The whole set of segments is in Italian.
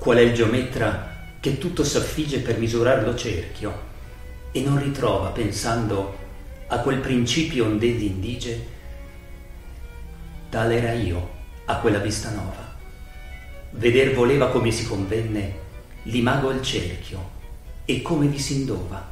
qual è il geometra che tutto s'affigge per misurarlo cerchio e non ritrova, pensando a quel principio onde d'indige, tale era io a quella vista nova. Veder voleva come si convenne l'imago al cerchio e come vi s'indova.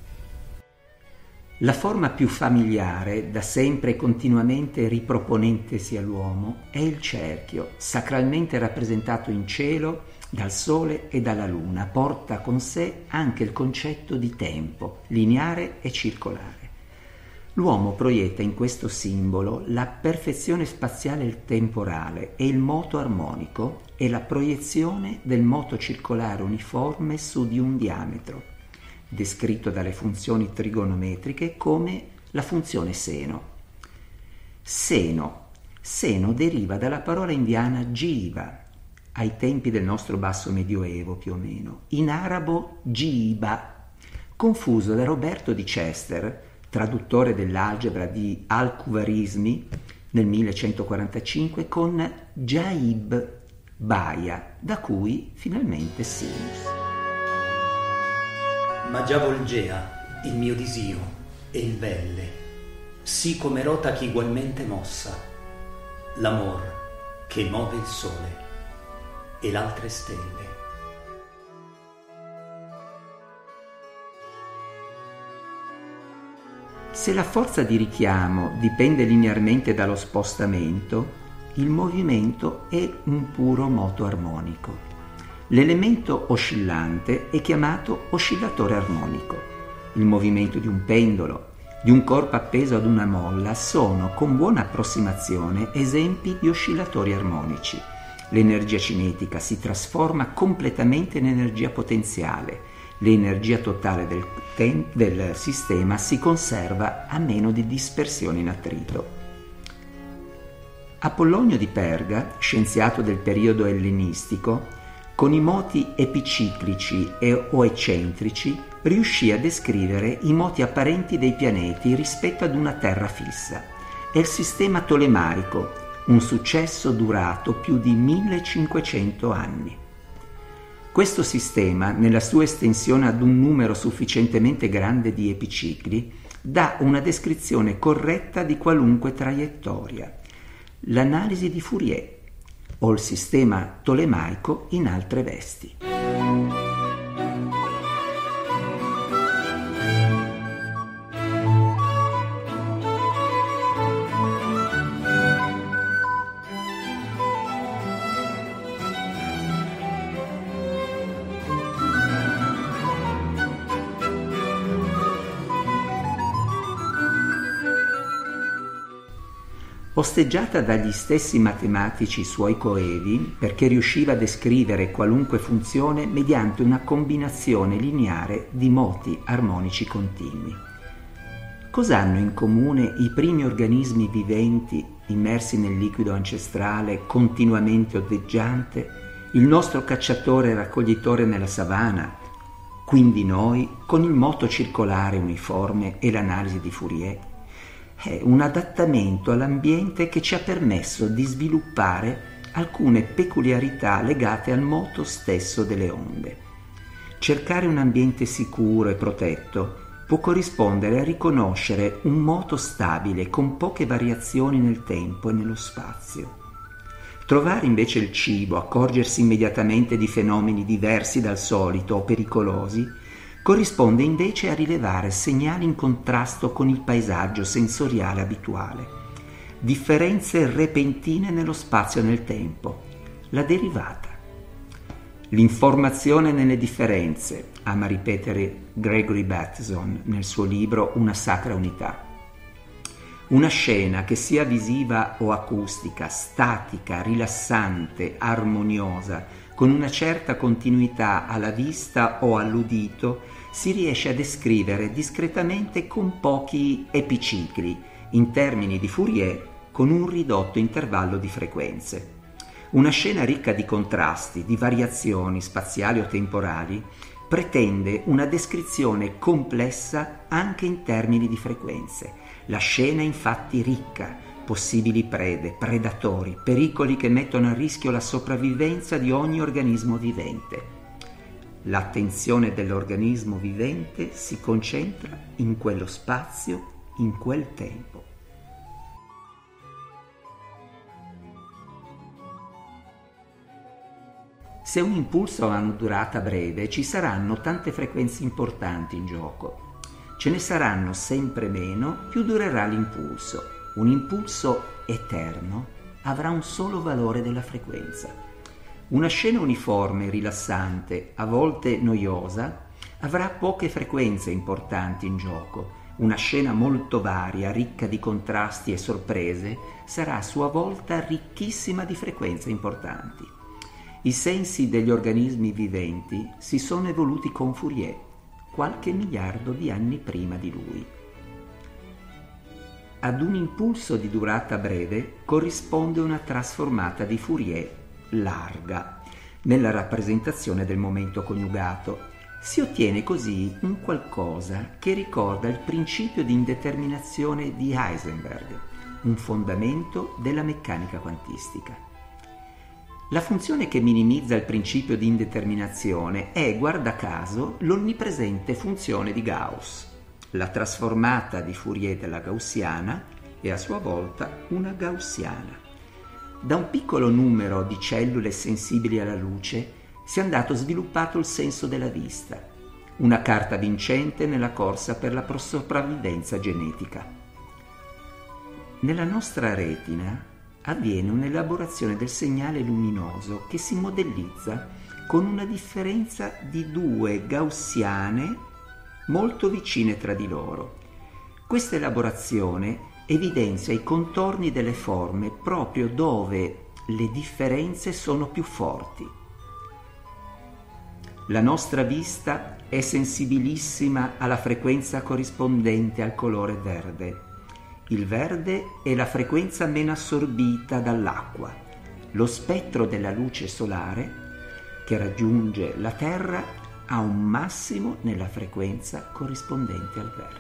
La forma più familiare, da sempre e continuamente riproponentesi all'uomo, è il cerchio, sacralmente rappresentato in cielo dal sole e dalla luna. Porta con sé anche il concetto di tempo, lineare e circolare. L'uomo proietta in questo simbolo la perfezione spaziale e temporale e il moto armonico è la proiezione del moto circolare uniforme su di un diametro, descritto dalle funzioni trigonometriche come la funzione seno. Seno deriva dalla parola indiana jiva, ai tempi del nostro basso medioevo più o meno, in arabo jiba, confuso da Roberto di Chester, traduttore dell'algebra di Al-Khwarizmi nel 1145, con Jaib Baia, da cui finalmente Sinus. Ma già volgea il mio disio e il velle, sì come rota che igualmente mossa, l'amor che move il sole e l'altre stelle. Se la forza di richiamo dipende linearmente dallo spostamento, il movimento è un puro moto armonico. L'elemento oscillante è chiamato oscillatore armonico. Il movimento di un pendolo, di un corpo appeso ad una molla sono, con buona approssimazione, esempi di oscillatori armonici. L'energia cinetica si trasforma completamente in energia potenziale. L'energia totale del sistema si conserva a meno di dispersione in attrito. Apollonio di Perga, scienziato del periodo ellenistico, con i moti epiciclici o eccentrici riuscì a descrivere i moti apparenti dei pianeti rispetto ad una terra fissa. È il sistema tolemaico, un successo durato più di 1500 anni. Questo sistema, nella sua estensione ad un numero sufficientemente grande di epicicli, dà una descrizione corretta di qualunque traiettoria. L'analisi di Fourier o il sistema tolemaico in altre vesti. Osteggiata dagli stessi matematici suoi coevi, perché riusciva a descrivere qualunque funzione mediante una combinazione lineare di moti armonici continui. Cosa hanno in comune i primi organismi viventi immersi nel liquido ancestrale continuamente ondeggiante, il nostro cacciatore e raccoglitore nella savana, quindi noi, con il moto circolare uniforme e l'analisi di Fourier? È un adattamento all'ambiente che ci ha permesso di sviluppare alcune peculiarità legate al moto stesso delle onde. Cercare un ambiente sicuro e protetto può corrispondere a riconoscere un moto stabile con poche variazioni nel tempo e nello spazio. Trovare invece il cibo, accorgersi immediatamente di fenomeni diversi dal solito o pericolosi, corrisponde invece a rilevare segnali in contrasto con il paesaggio sensoriale abituale, differenze repentine nello spazio e nel tempo, la derivata. L'informazione nelle differenze, ama ripetere Gregory Bateson nel suo libro Una sacra unità. Una scena che sia visiva o acustica, statica, rilassante, armoniosa, con una certa continuità alla vista o all'udito, si riesce a descrivere discretamente con pochi epicicli, in termini di Fourier, con un ridotto intervallo di frequenze. Una scena ricca di contrasti, di variazioni spaziali o temporali, pretende una descrizione complessa anche in termini di frequenze. La scena è infatti ricca, possibili prede, predatori, pericoli che mettono a rischio la sopravvivenza di ogni organismo vivente. L'attenzione dell'organismo vivente si concentra in quello spazio, in quel tempo. Se un impulso ha una durata breve, ci saranno tante frequenze importanti in gioco. Ce ne saranno sempre meno, più durerà l'impulso. Un impulso eterno avrà un solo valore della frequenza. Una scena uniforme, rilassante, a volte noiosa, avrà poche frequenze importanti in gioco. Una scena molto varia, ricca di contrasti e sorprese, sarà a sua volta ricchissima di frequenze importanti. I sensi degli organismi viventi si sono evoluti con Fourier, qualche miliardo di anni prima di lui. Ad un impulso di durata breve corrisponde una trasformata di Fourier larga. Nella rappresentazione del momento coniugato si ottiene così un qualcosa che ricorda il principio di indeterminazione di Heisenberg, un fondamento della meccanica quantistica. La funzione che minimizza il principio di indeterminazione è, guarda caso, l'onnipresente funzione di Gauss. La trasformata di Fourier della gaussiana è a sua volta una gaussiana. Da un piccolo numero di cellule sensibili alla luce si è andato sviluppato il senso della vista, una carta vincente nella corsa per la sopravvivenza genetica. Nella nostra retina avviene un'elaborazione del segnale luminoso che si modellizza con una differenza di due gaussiane molto vicine tra di loro. Questa elaborazione evidenzia i contorni delle forme proprio dove le differenze sono più forti. La nostra vista è sensibilissima alla frequenza corrispondente al colore verde. Il verde è la frequenza meno assorbita dall'acqua. Lo spettro della luce solare che raggiunge la Terra ha un massimo nella frequenza corrispondente al verde.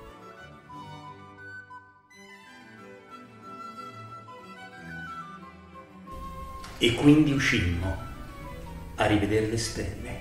E quindi uscimmo a rivedere le stelle.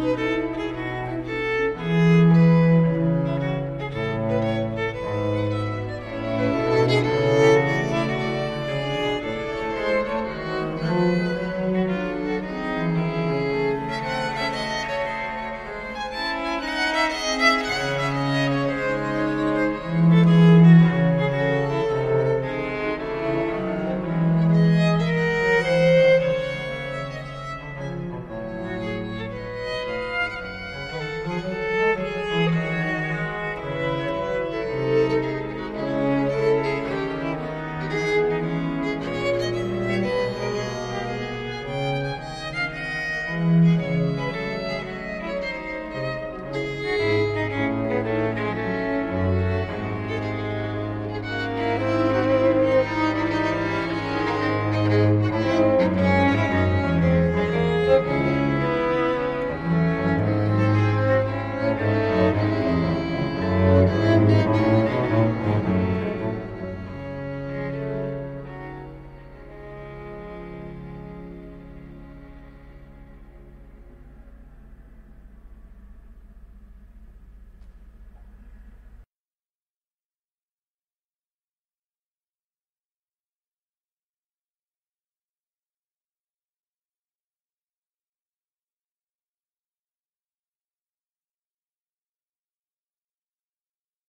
Thank you.